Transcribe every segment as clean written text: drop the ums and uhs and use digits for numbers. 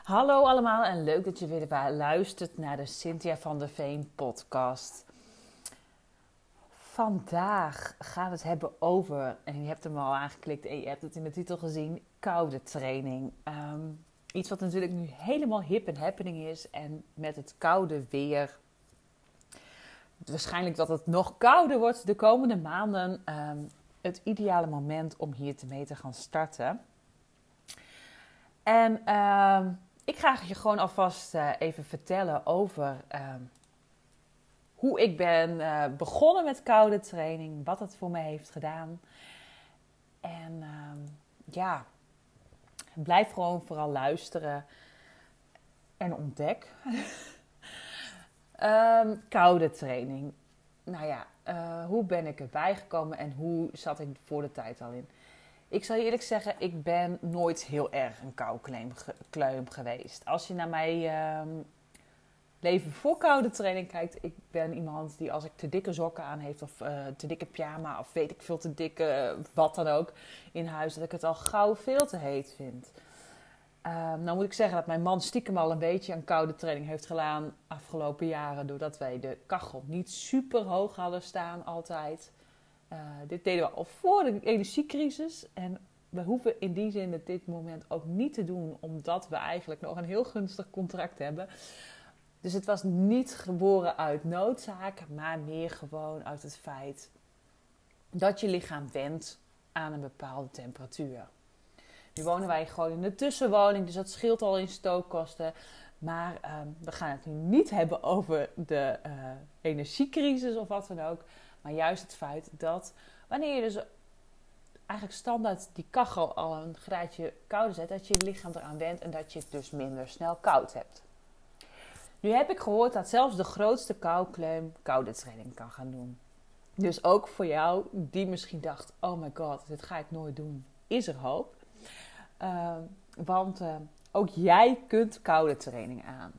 Hallo allemaal en leuk dat je weer luistert naar de Cynthia van der Veen podcast. Vandaag gaan we het hebben over, en je hebt hem al aangeklikt en je hebt het in de titel gezien, koude training. Iets wat natuurlijk nu helemaal hip en happening is en met het koude weer, waarschijnlijk dat het nog kouder wordt de komende maanden, het ideale moment om hier mee te gaan starten. En ik ga je gewoon alvast even vertellen over hoe ik ben begonnen met koude training. Wat het voor me heeft gedaan. En blijf gewoon vooral luisteren en ontdek. Koude training. Nou ja, hoe ben ik erbij gekomen en hoe zat ik voor de tijd al in? Ik zal je eerlijk zeggen, ik ben nooit heel erg een koukleum geweest. Als je naar mijn leven voor koude training kijkt, ik ben iemand die als ik te dikke sokken aan heeft of te dikke pyjama of weet ik veel te dikke wat dan ook in huis, dat ik het al gauw veel te heet vind. Nou moet ik zeggen dat mijn man stiekem al een beetje aan koude training heeft gedaan afgelopen jaren, doordat wij de kachel niet super hoog hadden staan altijd. Dit deden we al voor de energiecrisis. En we hoeven in die zin op dit moment ook niet te doen, omdat we eigenlijk nog een heel gunstig contract hebben. Dus het was niet geboren uit noodzaak, maar meer gewoon uit het feit dat je lichaam went aan een bepaalde temperatuur. Nu wonen wij gewoon in de tussenwoning, dus dat scheelt al in stookkosten. Maar we gaan het nu niet hebben over de energiecrisis of wat dan ook. Maar juist het feit dat wanneer je dus eigenlijk standaard die kachel al een graadje kouder zet, dat je lichaam eraan went en dat je het dus minder snel koud hebt. Nu heb ik gehoord dat zelfs de grootste koukleum koude training kan gaan doen. Dus ook voor jou die misschien dacht, oh my god, dit ga ik nooit doen, is er hoop. Want ook jij kunt koude training aan.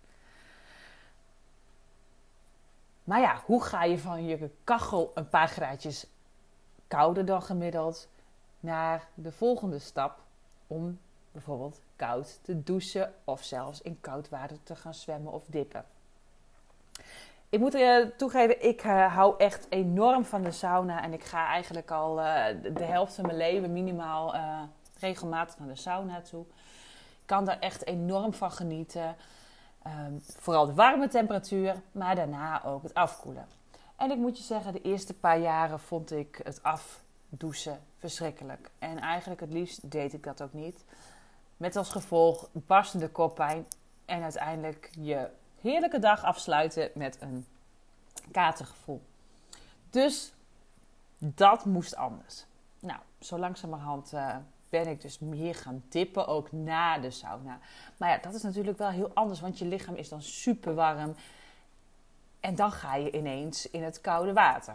Maar ja, hoe ga je van je kachel een paar graadjes kouder dan gemiddeld naar de volgende stap om bijvoorbeeld koud te douchen of zelfs in koud water te gaan zwemmen of dippen? Ik moet toegeven, ik hou echt enorm van de sauna en ik ga eigenlijk al de helft van mijn leven minimaal regelmatig naar de sauna toe. Ik kan daar echt enorm van genieten. Vooral de warme temperatuur, maar daarna ook het afkoelen. En ik moet je zeggen, de eerste paar jaren vond ik het afdouchen verschrikkelijk. En eigenlijk het liefst deed ik dat ook niet. Met als gevolg barstende koppijn en uiteindelijk je heerlijke dag afsluiten met een katergevoel. Dus dat moest anders. Nou, zo langzamerhand ben ik dus meer gaan dippen, ook na de sauna. Maar ja, dat is natuurlijk wel heel anders, want je lichaam is dan super warm. En dan ga je ineens in het koude water.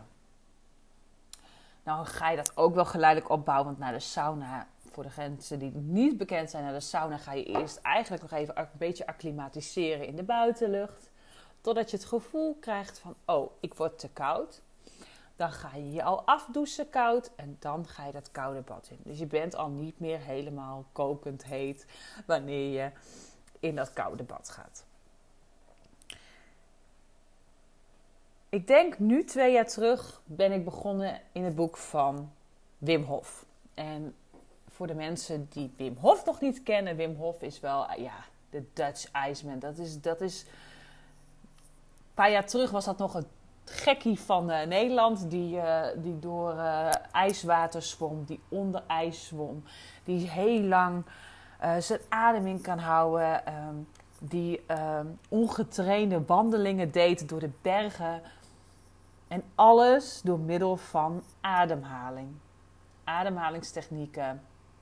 Nou ga je dat ook wel geleidelijk opbouwen, want naar de sauna, voor de mensen die niet bekend zijn, naar de sauna ga je eerst eigenlijk nog even een beetje acclimatiseren in de buitenlucht. Totdat je het gevoel krijgt van, oh, ik word te koud. Dan ga je je al afdouchen koud en dan ga je dat koude bad in. Dus je bent al niet meer helemaal kokend heet wanneer je in dat koude bad gaat. Ik denk nu 2 jaar terug ben ik begonnen in het boek van Wim Hof. En voor de mensen die Wim Hof nog niet kennen, Wim Hof is wel de Dutch Iceman. Dat is een paar jaar terug was dat nog een gekkie van Nederland die door ijswater zwom, die onder ijs zwom, die heel lang zijn ademing kan houden, die ongetrainde wandelingen deed door de bergen en alles door middel van ademhaling, ademhalingstechnieken.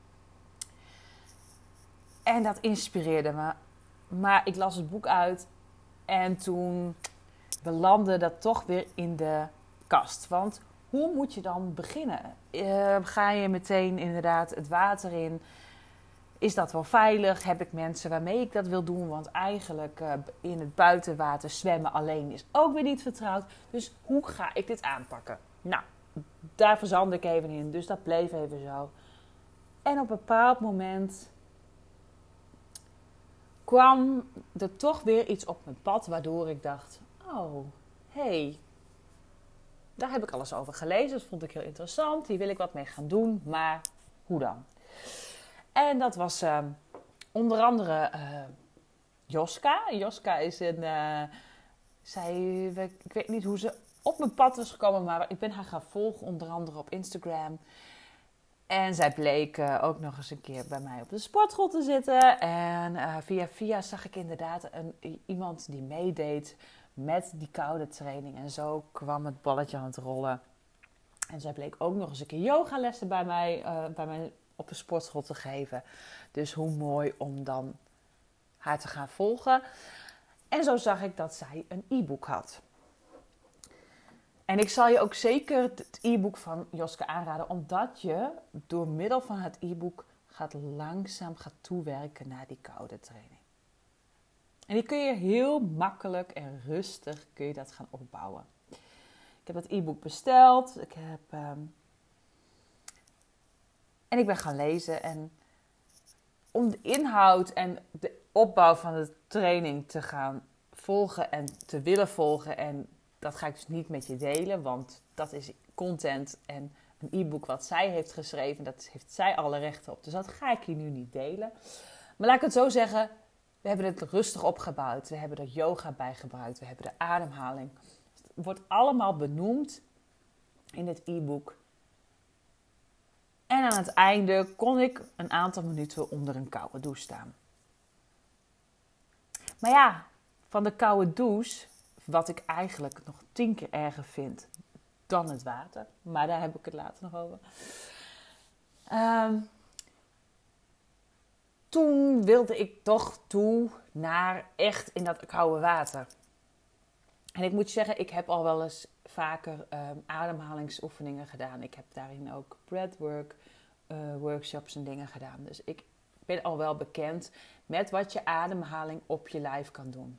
En dat inspireerde me, maar ik las het boek uit en toen belandde dat toch weer in de kast. Want hoe moet je dan beginnen? Ga je meteen inderdaad het water in? Is dat wel veilig? Heb ik mensen waarmee ik dat wil doen? Want eigenlijk in het buitenwater zwemmen alleen is ook weer niet vertrouwd. Dus hoe ga ik dit aanpakken? Nou, daar verzandde ik even in. Dus dat bleef even zo. En op een bepaald moment kwam er toch weer iets op mijn pad waardoor ik dacht, oh, hey, daar heb ik alles over gelezen. Dat vond ik heel interessant. Hier wil ik wat mee gaan doen, maar hoe dan? En dat was onder andere Joska. Joska is ik weet niet hoe ze op mijn pad is gekomen, maar ik ben haar gaan volgen, onder andere op Instagram. En zij bleek ook nog eens een keer bij mij op de sportschool te zitten. En via zag ik inderdaad iemand die meedeed met die koude training. En zo kwam het balletje aan het rollen. En zij bleek ook nog eens een keer yogalessen bij mij op de sportschool te geven. Dus hoe mooi om dan haar te gaan volgen. En zo zag ik dat zij een e-book had. En ik zal je ook zeker het e-book van Joska aanraden, omdat je door middel van het e-book langzaam gaat toewerken naar die koude training. En die kun je heel makkelijk en rustig kun je dat gaan opbouwen. Ik heb dat e-book besteld. En ik ben gaan lezen. En om de inhoud en de opbouw van de training te gaan volgen en te willen volgen. En dat ga ik dus niet met je delen, want dat is content en een e-book wat zij heeft geschreven. Dat heeft zij alle rechten op. Dus dat ga ik hier nu niet delen. Maar laat ik het zo zeggen, we hebben het rustig opgebouwd. We hebben er yoga bij gebruikt. We hebben de ademhaling. Het wordt allemaal benoemd in het e-book. En aan het einde kon ik een aantal minuten onder een koude douche staan. Maar ja, van de koude douche, wat ik eigenlijk nog 10 keer erger vind dan het water. Maar daar heb ik het later nog over. Toen wilde ik toch toe naar echt in dat koude water. En ik moet zeggen, ik heb al wel eens vaker ademhalingsoefeningen gedaan. Ik heb daarin ook breathwork, workshops en dingen gedaan. Dus ik ben al wel bekend met wat je ademhaling op je lijf kan doen.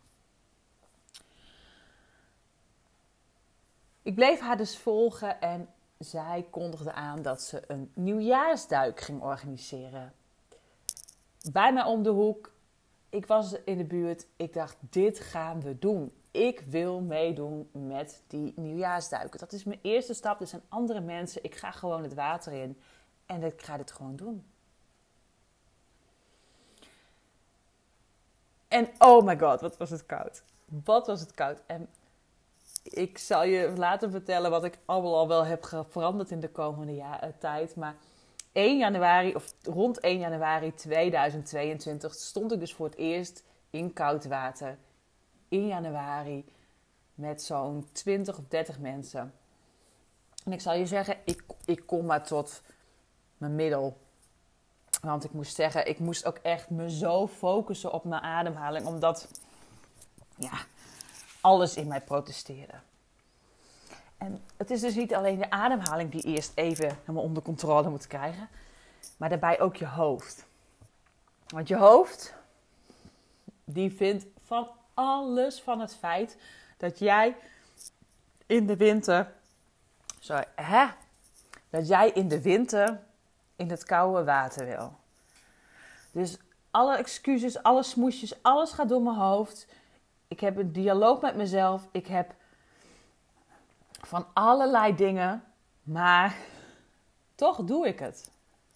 Ik bleef haar dus volgen en zij kondigde aan dat ze een nieuwjaarsduik ging organiseren. Bij mij om de hoek. Ik was in de buurt. Ik dacht, dit gaan we doen. Ik wil meedoen met die nieuwjaarsduiken. Dat is mijn eerste stap. Er zijn andere mensen. Ik ga gewoon het water in. En ik ga dit gewoon doen. En oh my god, wat was het koud. Wat was het koud. En ik zal je later vertellen wat ik allemaal al wel heb veranderd in de komende tijd. Maar 1 januari, of rond 1 januari 2022 stond ik dus voor het eerst in koud water. In januari met zo'n 20 of 30 mensen. En ik zal je zeggen, ik kom maar tot mijn middel. Want ik moest zeggen, ik moest ook echt me zo focussen op mijn ademhaling. Omdat, alles in mij protesteerde. En het is dus niet alleen de ademhaling die eerst even helemaal onder controle moet krijgen. Maar daarbij ook je hoofd. Want je hoofd, die vindt van alles van het feit dat jij in de winter... Dat jij in de winter in het koude water wil. Dus alle excuses, alle smoesjes, alles gaat door mijn hoofd. Ik heb een dialoog met mezelf. Ik heb van allerlei dingen. Maar toch doe ik het.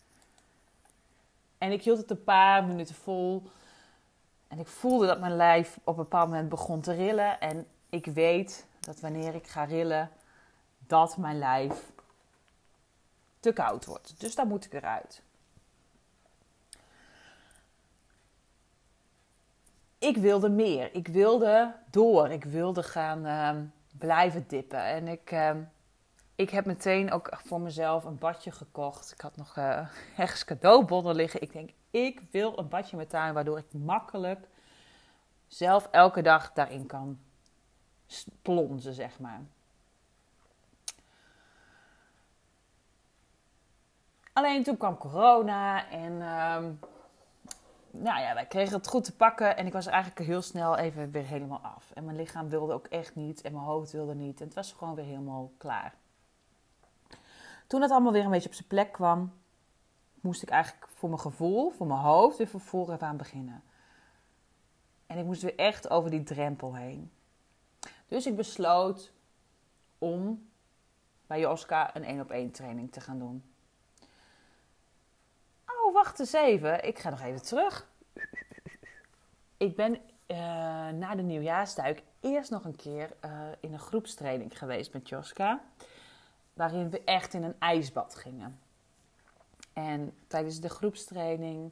En ik hield het een paar minuten vol. En ik voelde dat mijn lijf op een bepaald moment begon te rillen. En ik weet dat wanneer ik ga rillen, dat mijn lijf te koud wordt. Dus daar moet ik eruit. Ik wilde meer. Ik wilde door. Ik wilde gaan blijven dippen. En ik heb meteen ook voor mezelf een badje gekocht. Ik had nog ergens cadeaubonnen liggen. Ik denk, ik wil een badje met tuin, waardoor ik makkelijk zelf elke dag daarin kan plonzen, zeg maar. Alleen toen kwam corona en wij kregen het goed te pakken. En ik was er eigenlijk heel snel even weer helemaal af. En mijn lichaam wilde ook echt niet en mijn hoofd wilde niet. En het was gewoon weer helemaal klaar. Toen het allemaal weer een beetje op zijn plek kwam, moest ik eigenlijk voor mijn gevoel, voor mijn hoofd, weer van voren aan beginnen. En ik moest weer echt over die drempel heen. Dus ik besloot om bij Joska een 1-op-1 training te gaan doen. Oh, wacht eens even. Ik ga nog even terug. Ik ben na de nieuwjaarsduik eerst nog een keer in een groepstraining geweest met Joska. Waarin we echt in een ijsbad gingen. En tijdens de groepstraining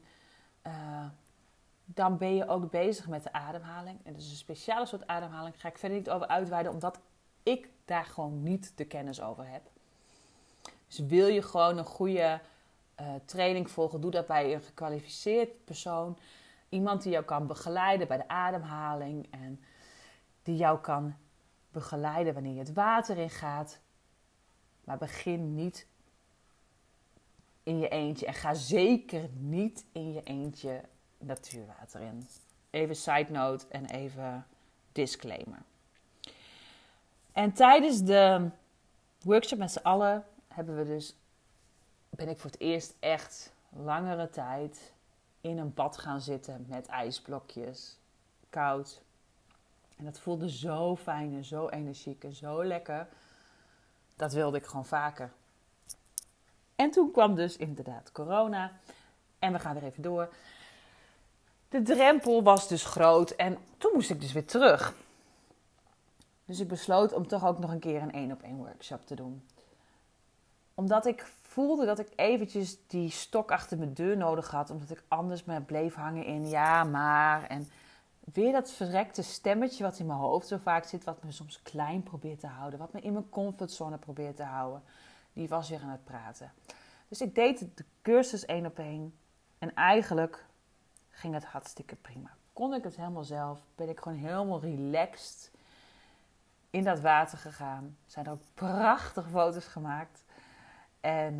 dan ben je ook bezig met de ademhaling. En dat is een speciale soort ademhaling. Daar ga ik verder niet over uitweiden, omdat ik daar gewoon niet de kennis over heb. Dus wil je gewoon een goede training volgen, doe dat bij een gekwalificeerd persoon. Iemand die jou kan begeleiden bij de ademhaling. En die jou kan begeleiden wanneer je het water in gaat. Maar begin niet in je eentje. En ga zeker niet in je eentje natuurwater in. Even side note en even disclaimer. En tijdens de workshop met z'n allen ben ik voor het eerst echt langere tijd in een bad gaan zitten met ijsblokjes. Koud. En dat voelde zo fijn en zo energiek en zo lekker. Dat wilde ik gewoon vaker. En toen kwam dus inderdaad corona. En we gaan weer even door. De drempel was dus groot en toen moest ik dus weer terug. Dus ik besloot om toch ook nog een keer een 1-op-1 workshop te doen. Omdat ik voelde dat ik eventjes die stok achter mijn deur nodig had. Omdat ik anders me bleef hangen in ja, maar. En weer dat verrekte stemmetje wat in mijn hoofd zo vaak zit. Wat me soms klein probeert te houden. Wat me in mijn comfortzone probeert te houden. Die was weer aan het praten. Dus ik deed de cursus 1-op-1. En eigenlijk ging het hartstikke prima. Kon ik het helemaal zelf. Ben ik gewoon helemaal relaxed in dat water gegaan. Zijn er ook prachtige foto's gemaakt. En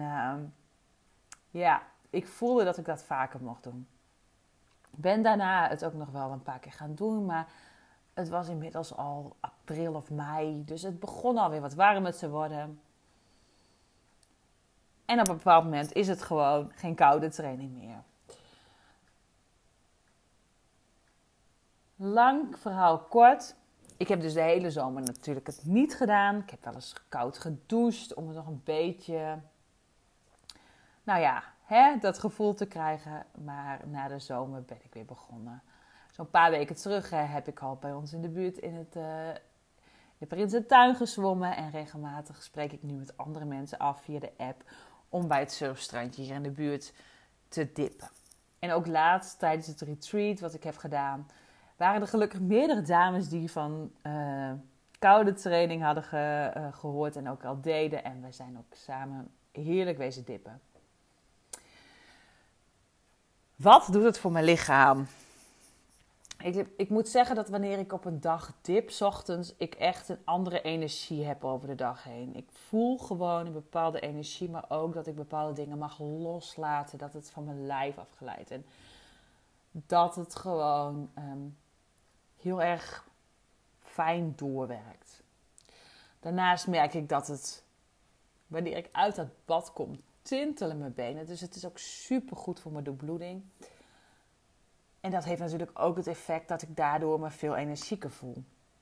ik voelde dat ik dat vaker mocht doen. Ik ben daarna het ook nog wel een paar keer gaan doen. Maar het was inmiddels al april of mei. Dus het begon alweer wat warmer te worden. En op een bepaald moment is het gewoon geen koude training meer. Lang verhaal kort. Ik heb dus de hele zomer natuurlijk het niet gedaan. Ik heb wel eens koud gedoucht om het nog een beetje, dat gevoel te krijgen. Maar na de zomer ben ik weer begonnen. Zo'n paar weken terug heb ik al bij ons in de buurt in de Prinsentuin gezwommen. En regelmatig spreek ik nu met andere mensen af via de app om bij het surfstrandje hier in de buurt te dippen. En ook laatst tijdens het retreat wat ik heb gedaan, waren er gelukkig meerdere dames die van koude training hadden gehoord en ook al deden. En wij zijn ook samen heerlijk wezen dippen. Wat doet het voor mijn lichaam? Ik moet zeggen dat wanneer ik op een dag dip, 's ochtends, ik echt een andere energie heb over de dag heen. Ik voel gewoon een bepaalde energie, maar ook dat ik bepaalde dingen mag loslaten. Dat het van mijn lijf afglijdt. En dat het gewoon heel erg fijn doorwerkt. Daarnaast merk ik dat het, wanneer ik uit dat bad kom, tintelen mijn benen. Dus het is ook super goed voor mijn doorbloeding. En dat heeft natuurlijk ook het effect dat ik daardoor me veel energieker voel.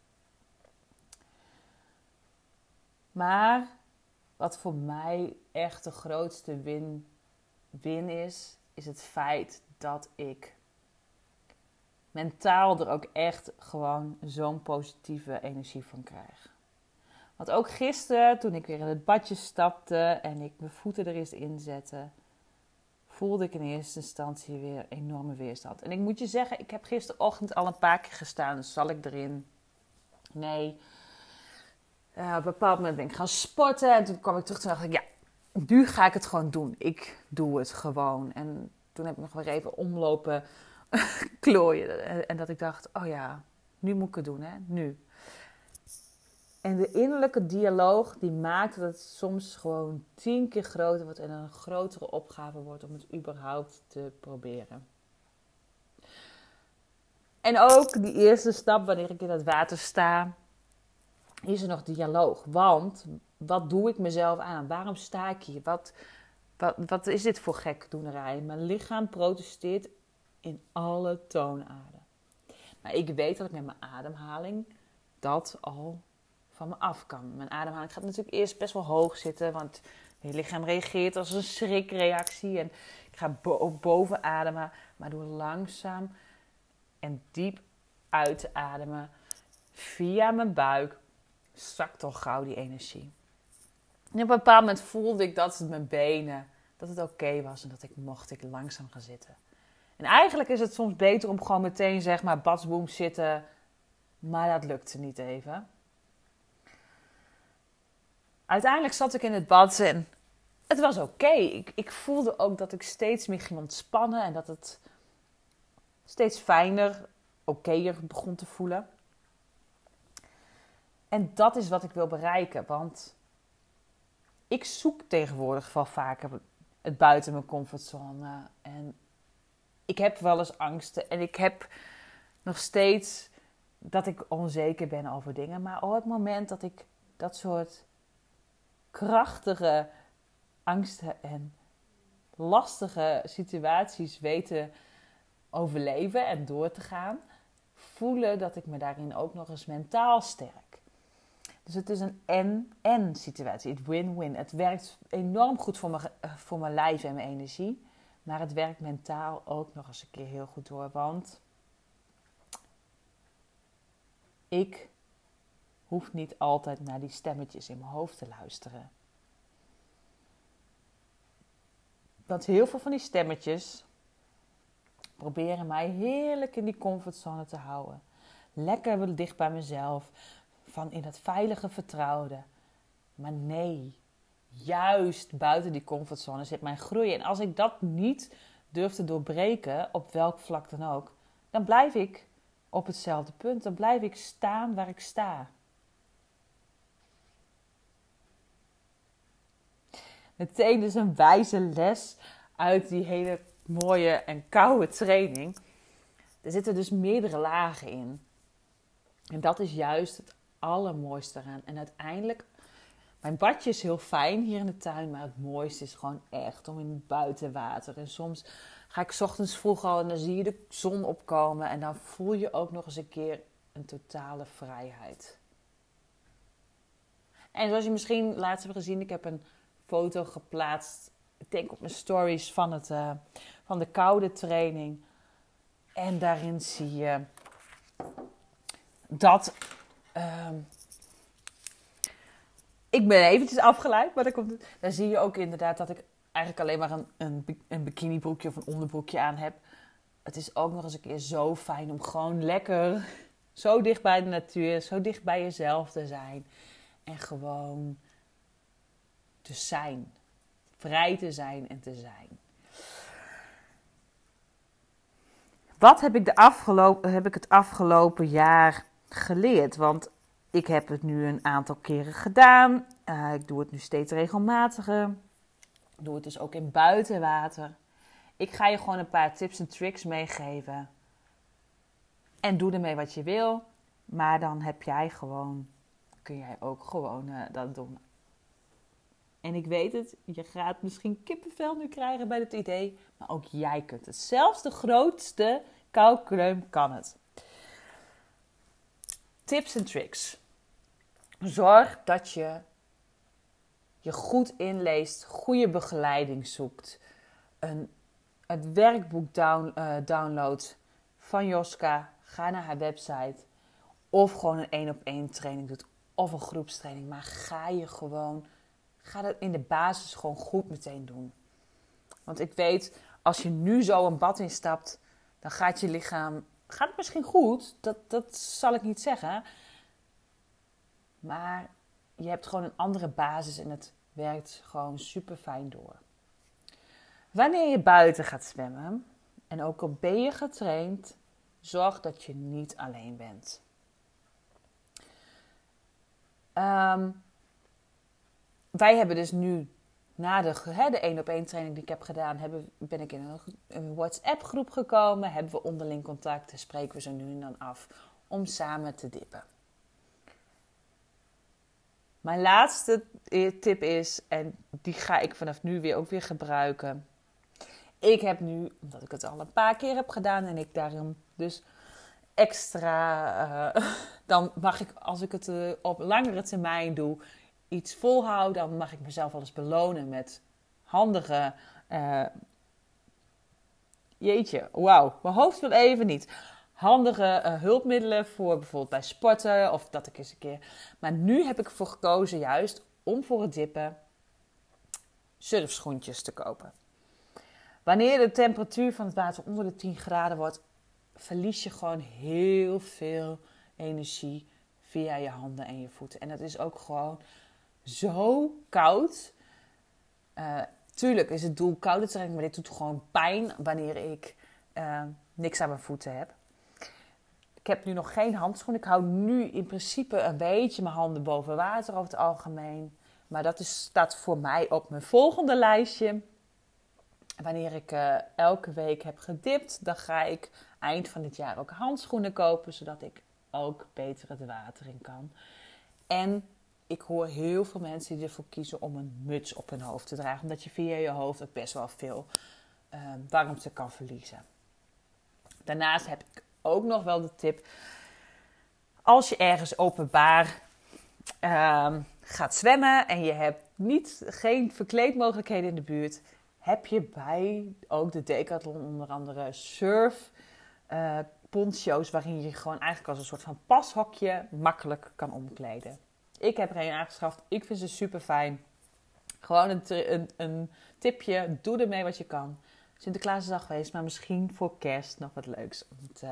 Maar wat voor mij echt de grootste win is het feit dat ik mentaal er ook echt gewoon zo'n positieve energie van krijg. Want ook gisteren, toen ik weer in het badje stapte en ik mijn voeten er eens inzette, voelde ik in eerste instantie weer enorme weerstand. En ik moet je zeggen, ik heb gisterochtend al een paar keer gestaan. Dus zal ik erin? Nee. Op een bepaald moment ben ik gaan sporten. En toen kwam ik terug en dacht ik, ja, nu ga ik het gewoon doen. Ik doe het gewoon. En toen heb ik nog weer even omlopen klooien. En dat ik dacht, oh ja, nu moet ik het doen, hè. Nu. En de innerlijke dialoog die maakt dat het soms gewoon 10 keer groter wordt en een grotere opgave wordt om het überhaupt te proberen. En ook die eerste stap wanneer ik in het water sta, is er nog dialoog. Want wat doe ik mezelf aan? Waarom sta ik hier? Wat is dit voor gekdoenerij? Mijn lichaam protesteert in alle toonaarden. Maar ik weet dat ik met mijn ademhaling dat al van me af kan. Mijn ademhaling gaat natuurlijk eerst best wel hoog zitten, want je lichaam reageert als een schrikreactie. En ik ga boven ademen, maar door langzaam en diep uit te ademen via mijn buik zakt al gauw die energie. En op een bepaald moment voelde ik dat het mijn benen, dat het oké was en dat ik langzaam gaan zitten. En eigenlijk is het soms beter om gewoon meteen zeg maar batsboom zitten, maar dat lukte niet even. Uiteindelijk zat ik in het bad en het was oké. Ik voelde ook dat ik steeds meer ging ontspannen en dat het steeds fijner, okéier begon te voelen. En dat is wat ik wil bereiken, want ik zoek tegenwoordig wel vaker het buiten mijn comfortzone. En ik heb wel eens angsten en ik heb nog steeds dat ik onzeker ben over dingen. Maar op het moment dat ik dat soort krachtige angsten en lastige situaties weet te overleven en door te gaan, voelen dat ik me daarin ook nog eens mentaal sterk. Dus het is een en-en situatie. Het win-win. Het werkt enorm goed voor mijn lijf en mijn energie. Maar het werkt mentaal ook nog eens een keer heel goed door. Want ik hoef niet altijd naar die stemmetjes in mijn hoofd te luisteren. Want heel veel van die stemmetjes proberen mij heerlijk in die comfortzone te houden. Lekker dicht bij mezelf. Van in dat veilige vertrouwde. Maar nee, juist buiten die comfortzone zit mijn groei. En als ik dat niet durf te doorbreken, op welk vlak dan ook, dan blijf ik op hetzelfde punt. Dan blijf ik staan waar ik sta. Meteen dus een wijze les uit die hele mooie en koude training. Er zitten dus meerdere lagen in. En dat is juist het allermooiste eraan. En uiteindelijk, mijn badje is heel fijn hier in de tuin, maar het mooiste is gewoon echt om in het buitenwater. En soms ga ik 's ochtends vroeg al en dan zie je de zon opkomen en dan voel je ook nog eens een keer een totale vrijheid. En zoals je misschien laatst hebt gezien, ik heb een foto geplaatst, ik denk op mijn stories van de koude training. En daarin zie je dat ik ben eventjes afgeleid, maar dan zie je ook inderdaad dat ik eigenlijk alleen maar een bikinibroekje of een onderbroekje aan heb. Het is ook nog eens een keer zo fijn om gewoon lekker zo dicht bij de natuur, zo dicht bij jezelf te zijn. En gewoon te zijn. Vrij te zijn en te zijn. Wat heb ik het afgelopen jaar geleerd? Want ik heb het nu een aantal keren gedaan. Ik doe het nu steeds regelmatiger. Ik doe het dus ook in buitenwater. Ik ga je gewoon een paar tips en tricks meegeven. En doe ermee wat je wil. Maar dan kun jij ook gewoon dat doen. En ik weet het, je gaat misschien kippenvel nu krijgen bij het idee. Maar ook jij kunt het. Zelfs de grootste koukleum kan het. Tips en tricks. Zorg dat je je goed inleest, goede begeleiding zoekt. Het werkboek download van Joska. Ga naar haar website. Of gewoon een 1-op-1 training doet. Of een groepstraining. Maar ga dat in de basis gewoon goed meteen doen. Want ik weet, als je nu zo een bad instapt, dan gaat je lichaam... Gaat het misschien goed? Dat zal ik niet zeggen. Maar je hebt gewoon een andere basis en het werkt gewoon super fijn door. Wanneer je buiten gaat zwemmen, en ook al ben je getraind, zorg dat je niet alleen bent. Wij hebben dus nu, na de 1-op-1 training die ik heb gedaan, ben ik in een WhatsApp groep gekomen. Hebben we onderling contact en spreken we zo nu en dan af om samen te dippen. Mijn laatste tip is, en die ga ik vanaf nu ook weer gebruiken. Ik heb nu, omdat ik het al een paar keer heb gedaan en ik daarom dus extra, dan mag ik, als ik het op langere termijn doe, iets volhoud, dan mag ik mezelf wel eens belonen met handige, wauw, mijn hoofd wil even niet. Handige hulpmiddelen voor bijvoorbeeld bij sporten of dat ik eens een keer. Maar nu heb ik ervoor gekozen juist om voor het dippen surfschoentjes te kopen. Wanneer de temperatuur van het water onder de 10 graden wordt, verlies je gewoon heel veel energie via je handen en je voeten. En het is ook gewoon zo koud. Tuurlijk is het doel koude training, maar dit doet gewoon pijn wanneer ik niks aan mijn voeten heb. Ik heb nu nog geen handschoen. Ik hou nu in principe een beetje mijn handen boven water over het algemeen. Maar dat staat voor mij op mijn volgende lijstje. Wanneer ik elke week heb gedipt, dan ga ik eind van dit jaar ook handschoenen kopen, zodat ik ook beter het water in kan. En ik hoor heel veel mensen die ervoor kiezen om een muts op hun hoofd te dragen, omdat je via je hoofd ook best wel veel warmte kan verliezen. Daarnaast heb ik ook nog wel de tip, als je ergens openbaar gaat zwemmen en je hebt geen verkleedmogelijkheden in de buurt, heb je bij ook de Decathlon onder andere surf poncho's waarin je gewoon eigenlijk als een soort van pashokje makkelijk kan omkleden. Ik heb er een aangeschaft. Ik vind ze super fijn. Gewoon een tipje. Doe ermee wat je kan. Sinterklaas is al geweest, maar misschien voor kerst nog wat leuks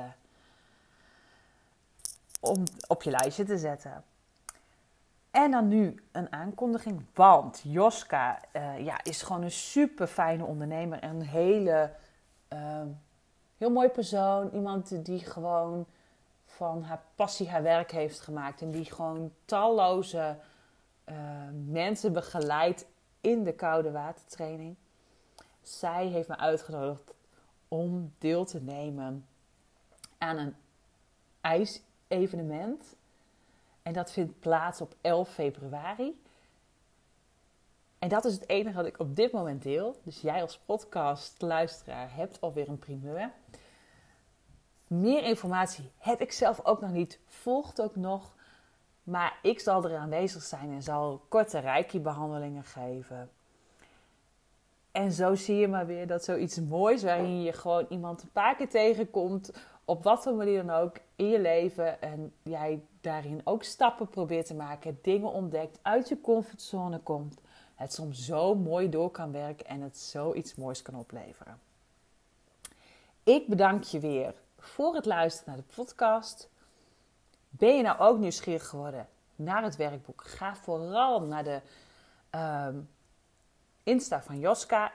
om op je lijstje te zetten. En dan nu een aankondiging, want Joska is gewoon een super fijne ondernemer en een heel mooi persoon. Iemand die gewoon van haar passie haar werk heeft gemaakt en die gewoon talloze mensen begeleidt in de koude watertraining. Zij heeft me uitgenodigd om deel te nemen aan een ijsevenement. En dat vindt plaats op 11 februari. En dat is het enige wat ik op dit moment deel. Dus jij als podcastluisteraar hebt alweer een primeur. Meer informatie heb ik zelf ook nog niet. Volgt ook nog. Maar ik zal er aanwezig zijn en zal korte reiki-behandelingen geven. En zo zie je maar weer dat zoiets moois waarin je gewoon iemand een paar keer tegenkomt, op wat voor manier dan ook in je leven, en jij daarin ook stappen probeert te maken, dingen ontdekt, uit je comfortzone komt, het soms zo mooi door kan werken en het zoiets moois kan opleveren. Ik bedank je weer voor het luisteren naar de podcast. Ben je nou ook nieuwsgierig geworden naar het werkboek? Ga vooral naar de Insta van Joska.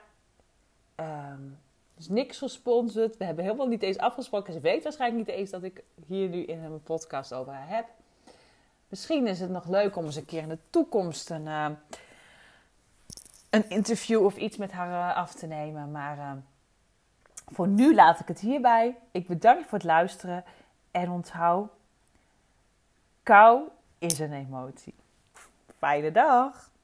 Dus niks gesponsord. We hebben helemaal niet eens afgesproken. Ze weet waarschijnlijk niet eens dat ik hier nu in mijn podcast over haar heb. Misschien is het nog leuk om eens een keer in de toekomst een interview of iets met haar af te nemen. Maar voor nu laat ik het hierbij. Ik bedank je voor het luisteren. En onthoud, kou is een emotie. Fijne dag!